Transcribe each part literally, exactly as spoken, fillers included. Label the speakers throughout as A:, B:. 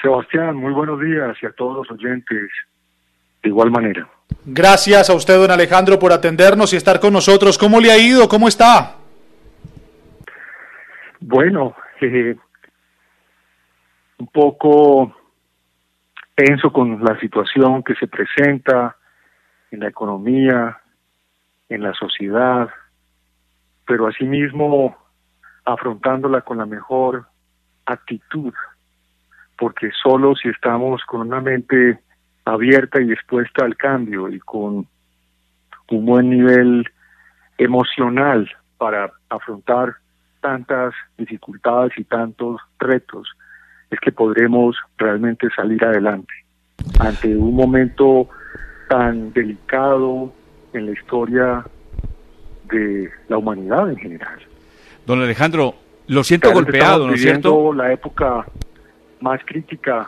A: Sebastián, muy buenos días y a todos los oyentes de igual manera.
B: Gracias a usted, don Alejandro, por atendernos y estar con nosotros. ¿Cómo le ha ido? ¿Cómo está?
A: Bueno, eh, un poco tenso con la situación que se presenta en la economía, en la sociedad, pero asimismo afrontándola con la mejor actitud, porque solo si estamos con una mente abierta y dispuesta al cambio y con un buen nivel emocional para afrontar tantas dificultades y tantos retos, es que podremos realmente salir adelante ante un momento tan delicado en la historia de la humanidad en general.
C: Don Alejandro, lo siento
A: Claro,
C: golpeado, ¿no es cierto?
A: Estamos viviendo la época más crítica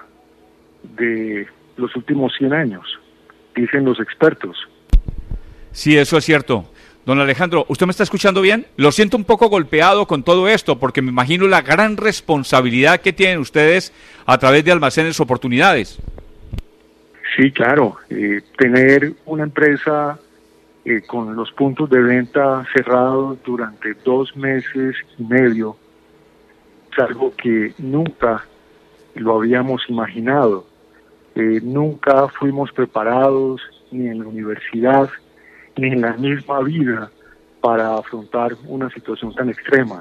A: de los últimos cien años, dicen los expertos.
C: Sí, eso es cierto. Don Alejandro, ¿usted me está escuchando bien? Lo siento un poco golpeado con todo esto, porque me imagino la gran responsabilidad que tienen ustedes a través de Almacenes Oportunidades.
A: Sí, claro. Eh, tener una empresa eh, con los puntos de venta cerrados durante dos meses y medio es algo que nunca lo habíamos imaginado. Eh, nunca fuimos preparados, ni en la universidad, ni en la misma vida, para afrontar una situación tan extrema,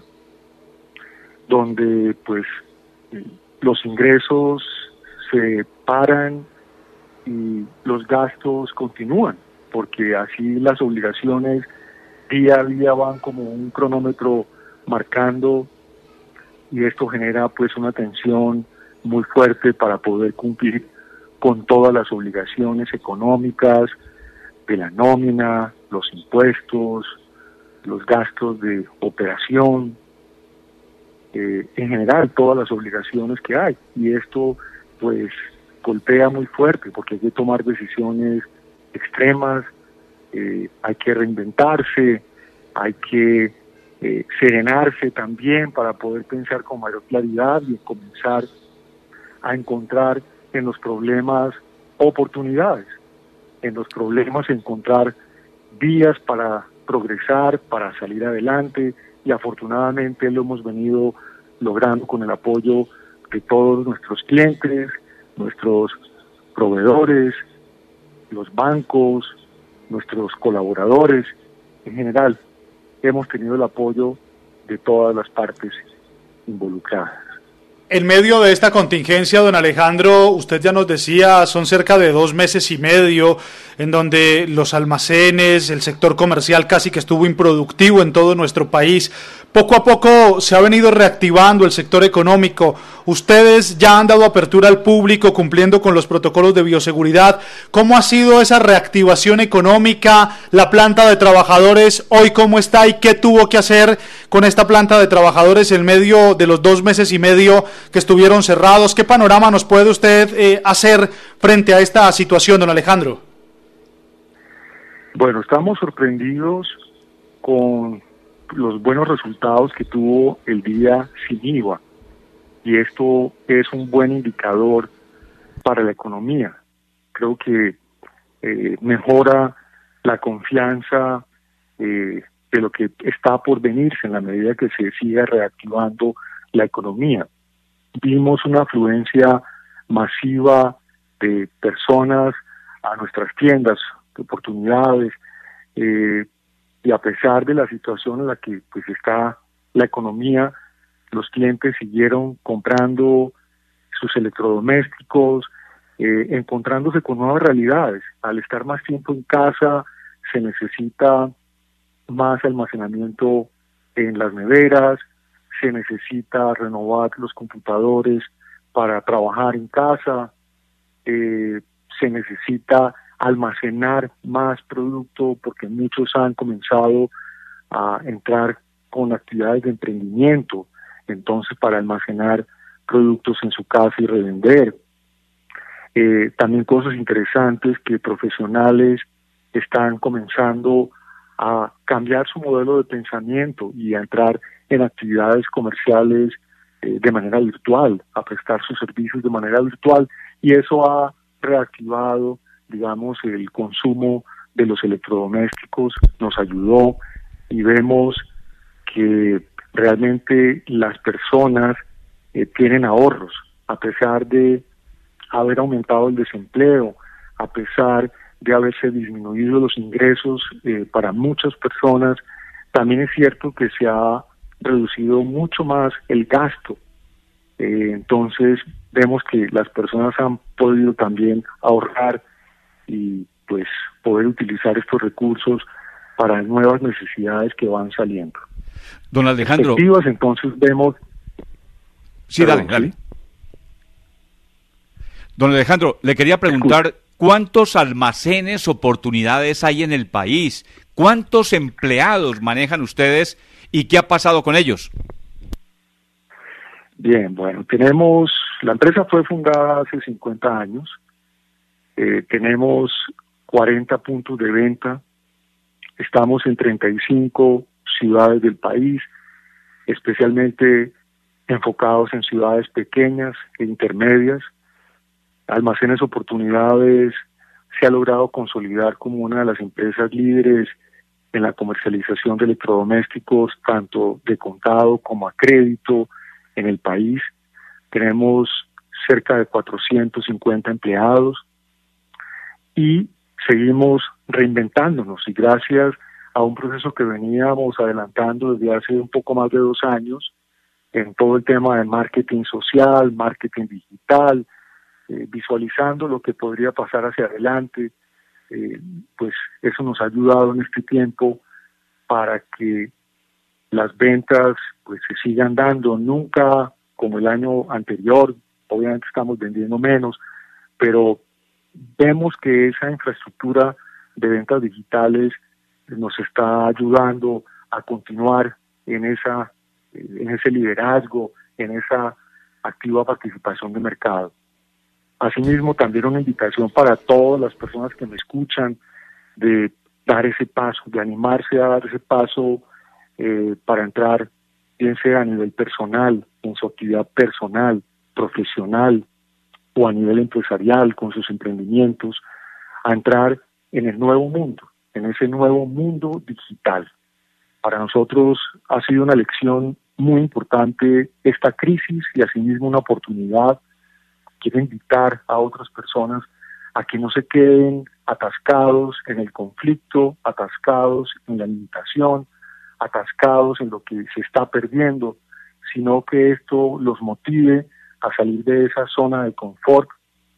A: donde pues los ingresos se paran y los gastos continúan, porque así las obligaciones día a día van como un cronómetro marcando, y esto genera pues una tensión muy fuerte para poder cumplir con todas las obligaciones económicas, de la nómina, los impuestos, los gastos de operación, eh, en general todas las obligaciones que hay. Y esto pues golpea muy fuerte porque hay que tomar decisiones extremas, eh, hay que reinventarse, hay que eh, serenarse también para poder pensar con mayor claridad y comenzar a encontrar en los problemas oportunidades, en los problemas encontrar vías para progresar, para salir adelante, y afortunadamente lo hemos venido logrando con el apoyo de todos nuestros clientes, nuestros proveedores, los bancos, nuestros colaboradores. En general, hemos tenido el apoyo de todas las partes involucradas.
B: En medio de esta contingencia, don Alejandro, usted ya nos decía, son cerca de dos meses y medio en donde los almacenes, el sector comercial casi que estuvo improductivo en todo nuestro país. Poco a poco se ha venido reactivando el sector económico. Ustedes ya han dado apertura al público cumpliendo con los protocolos de bioseguridad. ¿Cómo ha sido esa reactivación económica? La planta de trabajadores, hoy cómo está y qué tuvo que hacer con esta planta de trabajadores en medio de los dos meses y medio que estuvieron cerrados. ¿Qué panorama nos puede usted eh, hacer frente a esta situación, don Alejandro?
A: Bueno, estamos sorprendidos con los buenos resultados que tuvo el día sin I V A, y esto es un buen indicador para la economía. Creo que eh, mejora la confianza eh, de lo que está por venirse en la medida que se siga reactivando la economía. Vimos una afluencia masiva de personas a nuestras tiendas, de oportunidades, eh, y a pesar de la situación en la que pues está la economía, los clientes siguieron comprando sus electrodomésticos, eh, encontrándose con nuevas realidades. Al estar más tiempo en casa, se necesita más almacenamiento en las neveras, se necesita renovar los computadores para trabajar en casa, eh, se necesita almacenar más producto porque muchos han comenzado a entrar con actividades de emprendimiento, entonces para almacenar productos en su casa y revender. Eh, también cosas interesantes que profesionales están comenzando a cambiar su modelo de pensamiento y a entrar en actividades comerciales eh, de manera virtual, a prestar sus servicios de manera virtual, y eso ha reactivado, digamos, el consumo de los electrodomésticos, nos ayudó, y vemos que realmente las personas eh, tienen ahorros, a pesar de haber aumentado el desempleo, a pesar de haberse disminuido los ingresos eh, para muchas personas. También es cierto que se ha reducido mucho más el gasto. Eh, entonces vemos que las personas han podido también ahorrar y pues poder utilizar estos recursos para nuevas necesidades que van saliendo.
C: Don Alejandro.
A: Entonces vemos...
C: Sí, Perdón, dale, dale. ¿sí? Don Alejandro, le quería preguntar, ¿cuántos almacenes, oportunidades hay en el país? ¿Cuántos empleados manejan ustedes y qué ha pasado con ellos?
A: Bien, bueno, tenemos, la empresa fue fundada hace cincuenta años, eh, tenemos cuarenta puntos de venta, estamos en treinta y cinco ciudades del país, especialmente enfocados en ciudades pequeñas e intermedias. Almacenes Oportunidades se ha logrado consolidar como una de las empresas líderes en la comercialización de electrodomésticos, tanto de contado como a crédito en el país. Tenemos cerca de cuatrocientos cincuenta empleados y seguimos reinventándonos, y gracias a un proceso que veníamos adelantando desde hace un poco más de dos años en todo el tema de marketing social, marketing digital, eh, visualizando lo que podría pasar hacia adelante, eh, pues eso nos ha ayudado en este tiempo para que las ventas pues se sigan dando, nunca como el año anterior, obviamente estamos vendiendo menos, pero vemos que esa infraestructura de ventas digitales nos está ayudando a continuar en esa en ese liderazgo, en esa activa participación de mercado. Asimismo, también una invitación para todas las personas que me escuchan de dar ese paso, de animarse a dar ese paso eh, para entrar, bien sea a nivel personal, en su actividad personal, profesional o a nivel empresarial con sus emprendimientos, a entrar en el nuevo mundo, en ese nuevo mundo digital. Para nosotros ha sido una lección muy importante esta crisis y asimismo una oportunidad. Quiero invitar a otras personas a que no se queden atascados en el conflicto, atascados en la limitación, atascados en lo que se está perdiendo, sino que esto los motive a salir de esa zona de confort.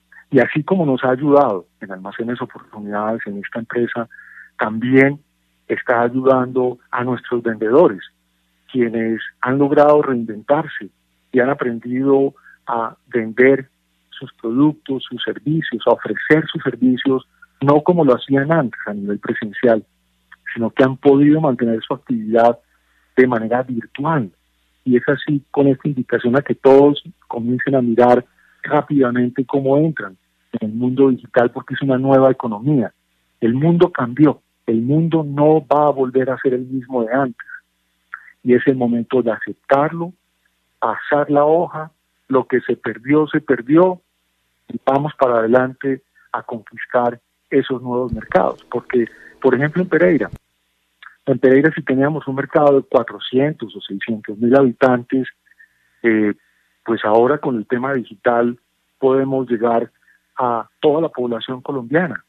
A: Y así como nos ha ayudado en Almacenes Oportunidades, en esta empresa, también está ayudando a nuestros vendedores, quienes han logrado reinventarse y han aprendido a vender sus productos, sus servicios, a ofrecer sus servicios, no como lo hacían antes a nivel presencial, sino que han podido mantener su actividad de manera virtual. Y es así con esta invitación a que todos comiencen a mirar rápidamente cómo entran en el mundo digital, porque es una nueva economía. El mundo cambió, el mundo no va a volver a ser el mismo de antes. Y es el momento de aceptarlo, pasar la hoja, lo que se perdió, se perdió, y vamos para adelante a conquistar esos nuevos mercados. Porque, por ejemplo, en Pereira, en Pereira si teníamos un mercado de cuatrocientos o seiscientos mil habitantes, eh, pues ahora con el tema digital podemos llegar a toda la población colombiana,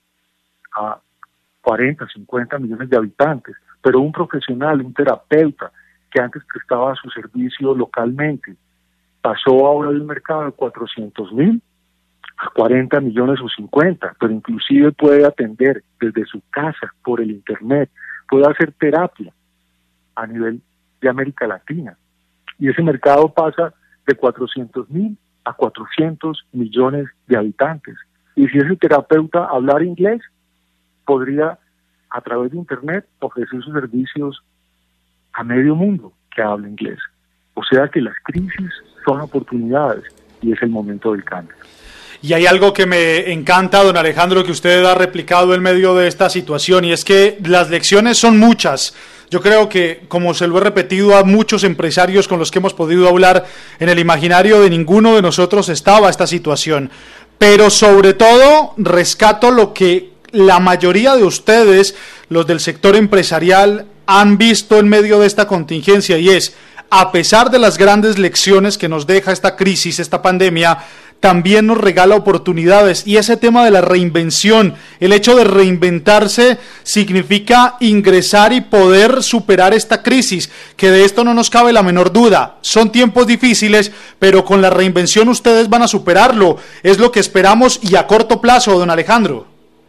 A: a cuarenta, cincuenta millones de habitantes, pero un profesional, un terapeuta que antes prestaba su servicio localmente, pasó ahora del mercado de cuatrocientos mil a cuarenta millones o cincuenta, pero inclusive puede atender desde su casa, por el internet, puede hacer terapia a nivel de América Latina. Y ese mercado pasa de cuatrocientos mil a cuatrocientos millones de habitantes. Y si ese terapeuta hablara inglés, podría a través de internet ofrecer sus servicios a medio mundo que habla inglés. O sea que las crisis son oportunidades y es el momento del cambio.
B: Y hay algo que me encanta, don Alejandro, que usted ha replicado en medio de esta situación, y es que las lecciones son muchas, Yo creo que, como se lo he repetido a muchos empresarios con los que hemos podido hablar, en el imaginario de ninguno de nosotros estaba esta situación. Pero sobre todo rescato lo que la mayoría de ustedes, los del sector empresarial, han visto en medio de esta contingencia, y es, a pesar de las grandes lecciones que nos deja esta crisis, esta pandemia, también nos regala oportunidades, y ese tema de la reinvención, el hecho de reinventarse significa ingresar y poder superar esta crisis, que de esto no nos cabe la menor duda. Son tiempos difíciles, pero con la reinvención ustedes van a superarlo, es lo que esperamos, y a corto plazo, don Alejandro.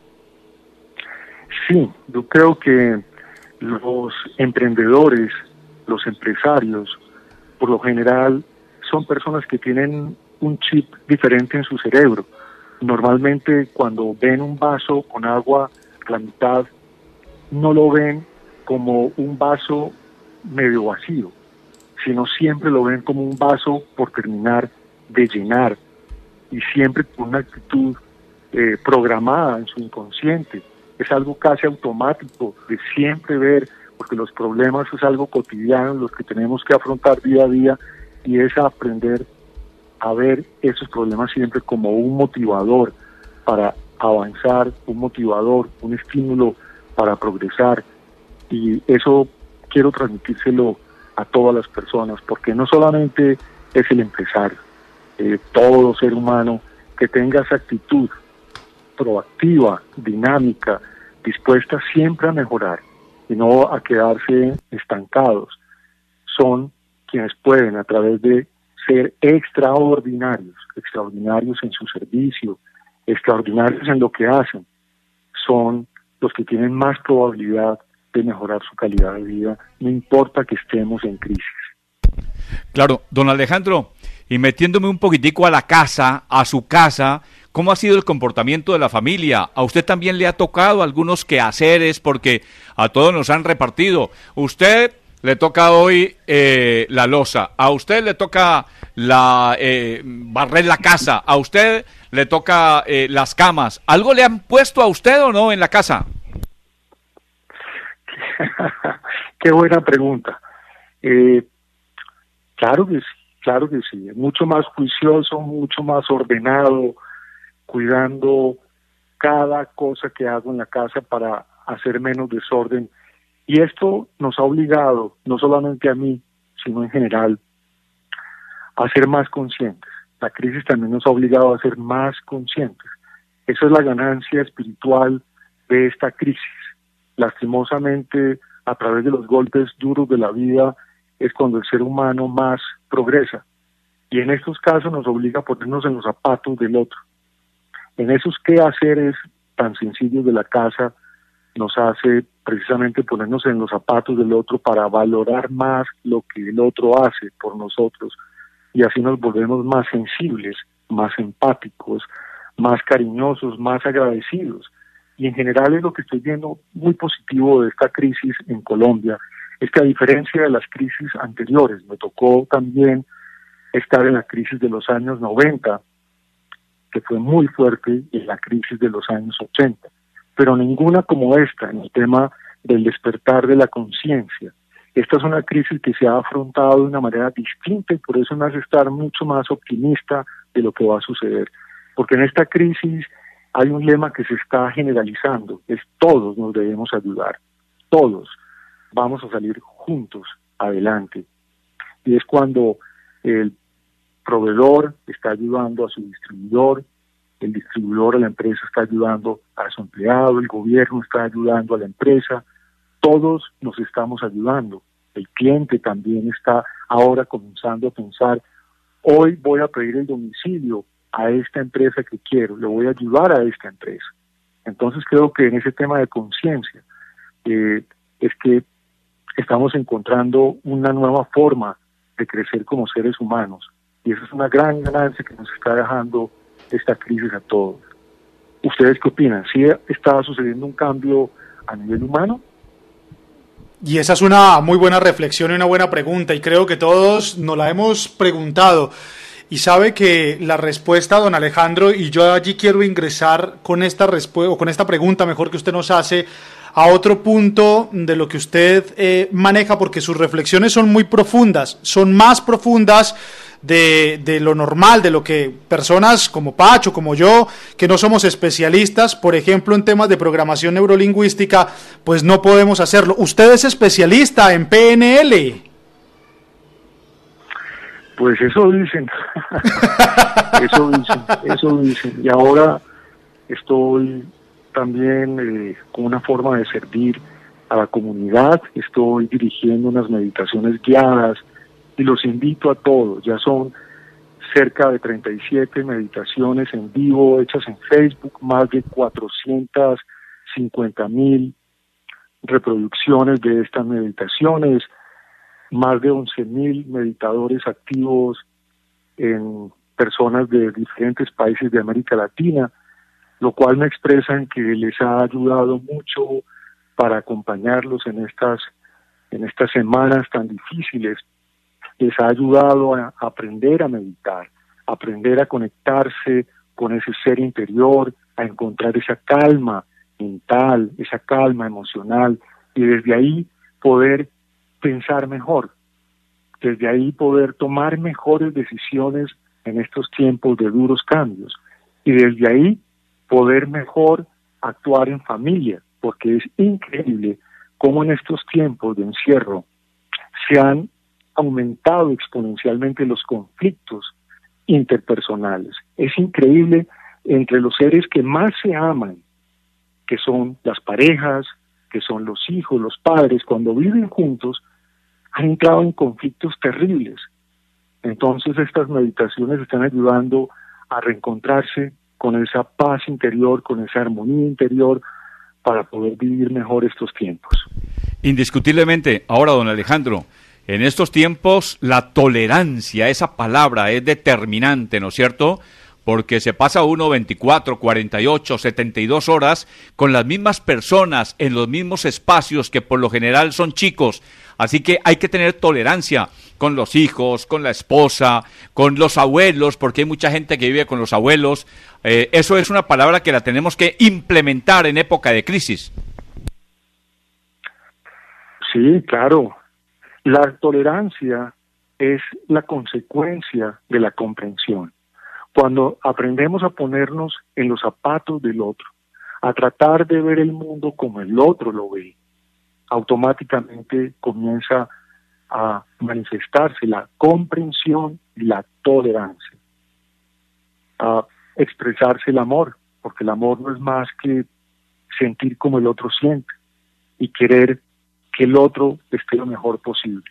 A: Sí, yo creo que los emprendedores, los empresarios, por lo general, son personas que tienen un chip diferente en su cerebro. Normalmente cuando ven un vaso con agua a la mitad, no lo ven como un vaso medio vacío, sino siempre lo ven como un vaso por terminar de llenar, y siempre con una actitud eh, programada en su inconsciente. Es algo casi automático de siempre ver, porque los problemas es algo cotidiano, los que tenemos que afrontar día a día, y es aprender a ver esos problemas siempre como un motivador para avanzar, un motivador, un estímulo para progresar. Y eso quiero transmitírselo a todas las personas, porque no solamente es el empresario, eh, todo ser humano que tenga esa actitud proactiva, dinámica, dispuesta siempre a mejorar y no a quedarse estancados, son quienes pueden, a través de ser extraordinarios, extraordinarios en su servicio, extraordinarios en lo que hacen, son los que tienen más probabilidad de mejorar su calidad de vida, no importa que estemos en crisis.
C: Claro, don Alejandro, y metiéndome un poquitico a la casa, a su casa, ¿cómo ha sido el comportamiento de la familia? ¿A usted también le ha tocado algunos quehaceres? Porque a todos nos han repartido. Usted le toca hoy eh, la loza, a usted le toca la eh, barrer la casa, a usted le toca eh, las camas. ¿Algo le han puesto a usted o no en la casa?
A: Qué buena pregunta. Eh, claro que sí, claro que sí. Mucho más juicioso, mucho más ordenado, cuidando cada cosa que hago en la casa para hacer menos desorden. Y esto nos ha obligado, no solamente a mí, sino en general, a ser más conscientes. La crisis también nos ha obligado a ser más conscientes. Esa es la ganancia espiritual de esta crisis. Lastimosamente, a través de los golpes duros de la vida, es cuando el ser humano más progresa. Y en estos casos nos obliga a ponernos en los zapatos del otro. En esos quehaceres tan sencillos de la casa, nos hace precisamente ponernos en los zapatos del otro para valorar más lo que el otro hace por nosotros, y así nos volvemos más sensibles, más empáticos, más cariñosos, más agradecidos. Y en general es lo que estoy viendo muy positivo de esta crisis en Colombia, es que a diferencia de las crisis anteriores, me tocó también estar en la crisis de los años noventa, que fue muy fuerte, y en la crisis de los años ochenta, pero ninguna como esta en el tema del despertar de la conciencia. Esta es una crisis que se ha afrontado de una manera distinta, y por eso me hace estar mucho más optimista de lo que va a suceder, porque en esta crisis hay un lema que se está generalizando, es todos nos debemos ayudar, todos vamos a salir juntos adelante, y es cuando el proveedor está ayudando a su distribuidor, el distribuidor a la empresa está ayudando a su empleado, el gobierno está ayudando a la empresa, todos nos estamos ayudando. El cliente también está ahora comenzando a pensar, hoy voy a pedir el domicilio a esta empresa que quiero, le voy a ayudar a esta empresa. Entonces creo que en ese tema de conciencia eh, es que estamos encontrando una nueva forma de crecer como seres humanos, y esa es una gran ganancia que nos está dejando esta crisis a todos. ¿Ustedes qué opinan? ¿Sí está sucediendo un cambio a nivel humano?
B: Y esa es una muy buena reflexión y una buena pregunta, y creo que todos nos la hemos preguntado. Y sabe que la respuesta, don Alejandro, y yo allí quiero ingresar con esta respuesta, o con esta pregunta mejor que usted nos hace, a otro punto de lo que usted eh, maneja, porque sus reflexiones son muy profundas, son más profundas de, de lo normal, de lo que personas como Pacho, como yo, que no somos especialistas, por ejemplo, en temas de programación neurolingüística, pues no podemos hacerlo. Usted es especialista en P N L.
A: Pues eso dicen, eso dicen, eso dicen. Y ahora estoy también eh, con una forma de servir a la comunidad, estoy dirigiendo unas meditaciones guiadas y los invito a todos. Ya son cerca de treinta y siete meditaciones en vivo hechas en Facebook, más de cuatrocientas cincuenta mil reproducciones de estas meditaciones, más de once mil meditadores activos en personas de diferentes países de América Latina, lo cual me expresan que les ha ayudado mucho para acompañarlos en estas, en estas semanas tan difíciles. Les ha ayudado a aprender a meditar, a aprender a conectarse con ese ser interior, a encontrar esa calma mental, esa calma emocional, y desde ahí poder pensar mejor, desde ahí poder tomar mejores decisiones en estos tiempos de duros cambios, y desde ahí poder mejor actuar en familia, porque es increíble cómo en estos tiempos de encierro se han aumentado exponencialmente los conflictos interpersonales. Es increíble entre los seres que más se aman, que son las parejas, que son los hijos, los padres, cuando viven juntos, han entrado en conflictos terribles. Entonces estas meditaciones están ayudando a reencontrarse con esa paz interior, con esa armonía interior, para poder vivir mejor estos tiempos.
C: Indiscutiblemente, ahora, don Alejandro, en estos tiempos la tolerancia, esa palabra es determinante, ¿no es cierto?, porque se pasa uno veinticuatro, cuarenta y ocho, setenta y dos horas con las mismas personas en los mismos espacios que por lo general son chicos, así que hay que tener tolerancia con los hijos, con la esposa, con los abuelos, porque hay mucha gente que vive con los abuelos. Eh, eso es una palabra que la tenemos que implementar en época de crisis.
A: Sí, claro. La tolerancia es la consecuencia de la comprensión. Cuando aprendemos a ponernos en los zapatos del otro, a tratar de ver el mundo como el otro lo ve, automáticamente comienza a manifestarse la comprensión y la tolerancia, a expresarse el amor, porque el amor no es más que sentir como el otro siente y querer que el otro esté lo mejor posible.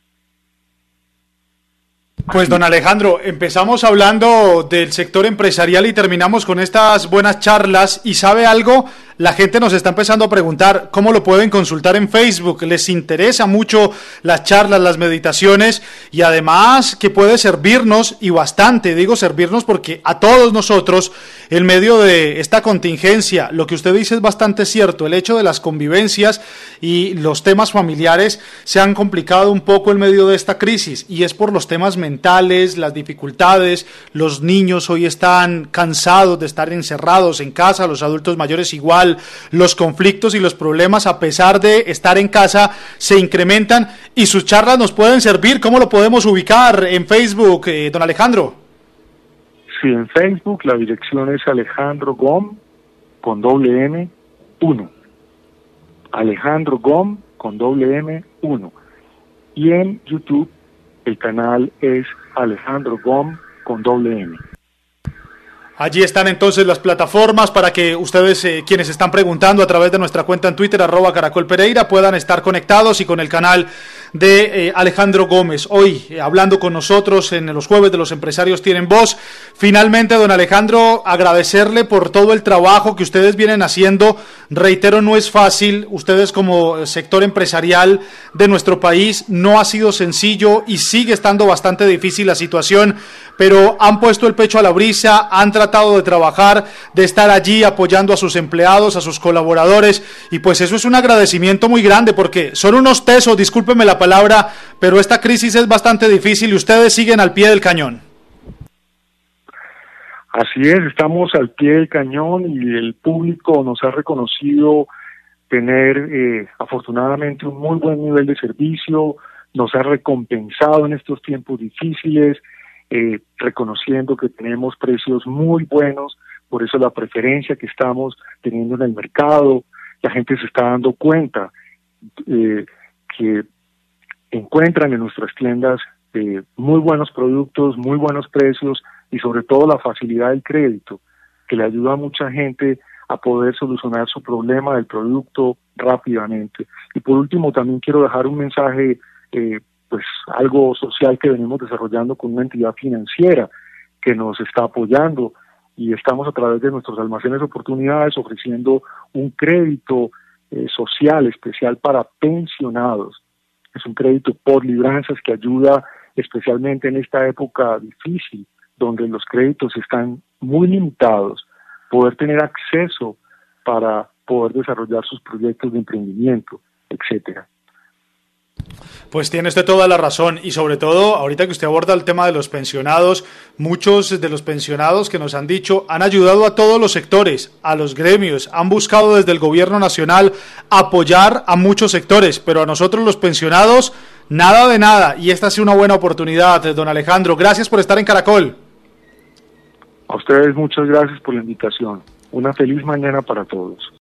B: Pues don Alejandro, empezamos hablando del sector empresarial y terminamos con estas buenas charlas, y ¿sabe algo? La gente nos está empezando a preguntar cómo lo pueden consultar en Facebook, les interesa mucho las charlas, las meditaciones, y además que puede servirnos, y bastante, digo servirnos porque a todos nosotros, en medio de esta contingencia, lo que usted dice es bastante cierto, el hecho de las convivencias y los temas familiares se han complicado un poco en medio de esta crisis, y es por los temas mentales, las dificultades. Los niños hoy están cansados de estar encerrados en casa, los adultos mayores igual. Los conflictos y los problemas, a pesar de estar en casa, se incrementan, y sus charlas nos pueden servir. ¿Cómo lo podemos ubicar en Facebook, eh, don Alejandro?
A: Sí, en Facebook la dirección es Alejandro Gom con doble M uno. Alejandro Gom con doble M uno. Y en YouTube el canal es Alejandro Gom con doble M.
B: Allí están entonces las plataformas para que ustedes, eh, quienes están preguntando a través de nuestra cuenta en Twitter, arroba Caracol Pereira, puedan estar conectados, y con el canal de eh, Alejandro Gómez. Hoy, eh, hablando con nosotros en los jueves de Los Empresarios Tienen Voz. Finalmente, don Alejandro, agradecerle por todo el trabajo que ustedes vienen haciendo. Reitero, no es fácil. Ustedes como sector empresarial de nuestro país, no ha sido sencillo y sigue estando bastante difícil la situación, pero han puesto el pecho a la brisa, han tratado de trabajar, de estar allí apoyando a sus empleados, a sus colaboradores, y pues eso es un agradecimiento muy grande, porque son unos tesos, discúlpeme la palabra, pero esta crisis es bastante difícil y ustedes siguen al pie del cañón.
A: Así es, estamos al pie del cañón y el público nos ha reconocido tener eh, afortunadamente un muy buen nivel de servicio, nos ha recompensado en estos tiempos difíciles, eh, reconociendo que tenemos precios muy buenos, por eso la preferencia que estamos teniendo en el mercado, la gente se está dando cuenta eh, que encuentran en nuestras tiendas eh, muy buenos productos, muy buenos precios y sobre todo la facilidad del crédito, que le ayuda a mucha gente a poder solucionar su problema del producto rápidamente. Y por último también quiero dejar un mensaje, eh, pues algo social que venimos desarrollando con una entidad financiera que nos está apoyando y estamos a través de nuestros almacenes oportunidades ofreciendo un crédito eh, social especial para pensionados. Es un crédito por libranzas que ayuda especialmente en esta época difícil, donde los créditos están muy limitados, poder tener acceso para poder desarrollar sus proyectos de emprendimiento, etcétera.
B: Pues tiene usted toda la razón y sobre todo ahorita que usted aborda el tema de los pensionados, muchos de los pensionados que nos han dicho han ayudado a todos los sectores, a los gremios, han buscado desde el gobierno nacional apoyar a muchos sectores, pero a nosotros los pensionados nada de nada y esta ha sido una buena oportunidad, don Alejandro. Gracias por estar en Caracol.
A: A ustedes muchas gracias por la invitación. Una feliz mañana para todos.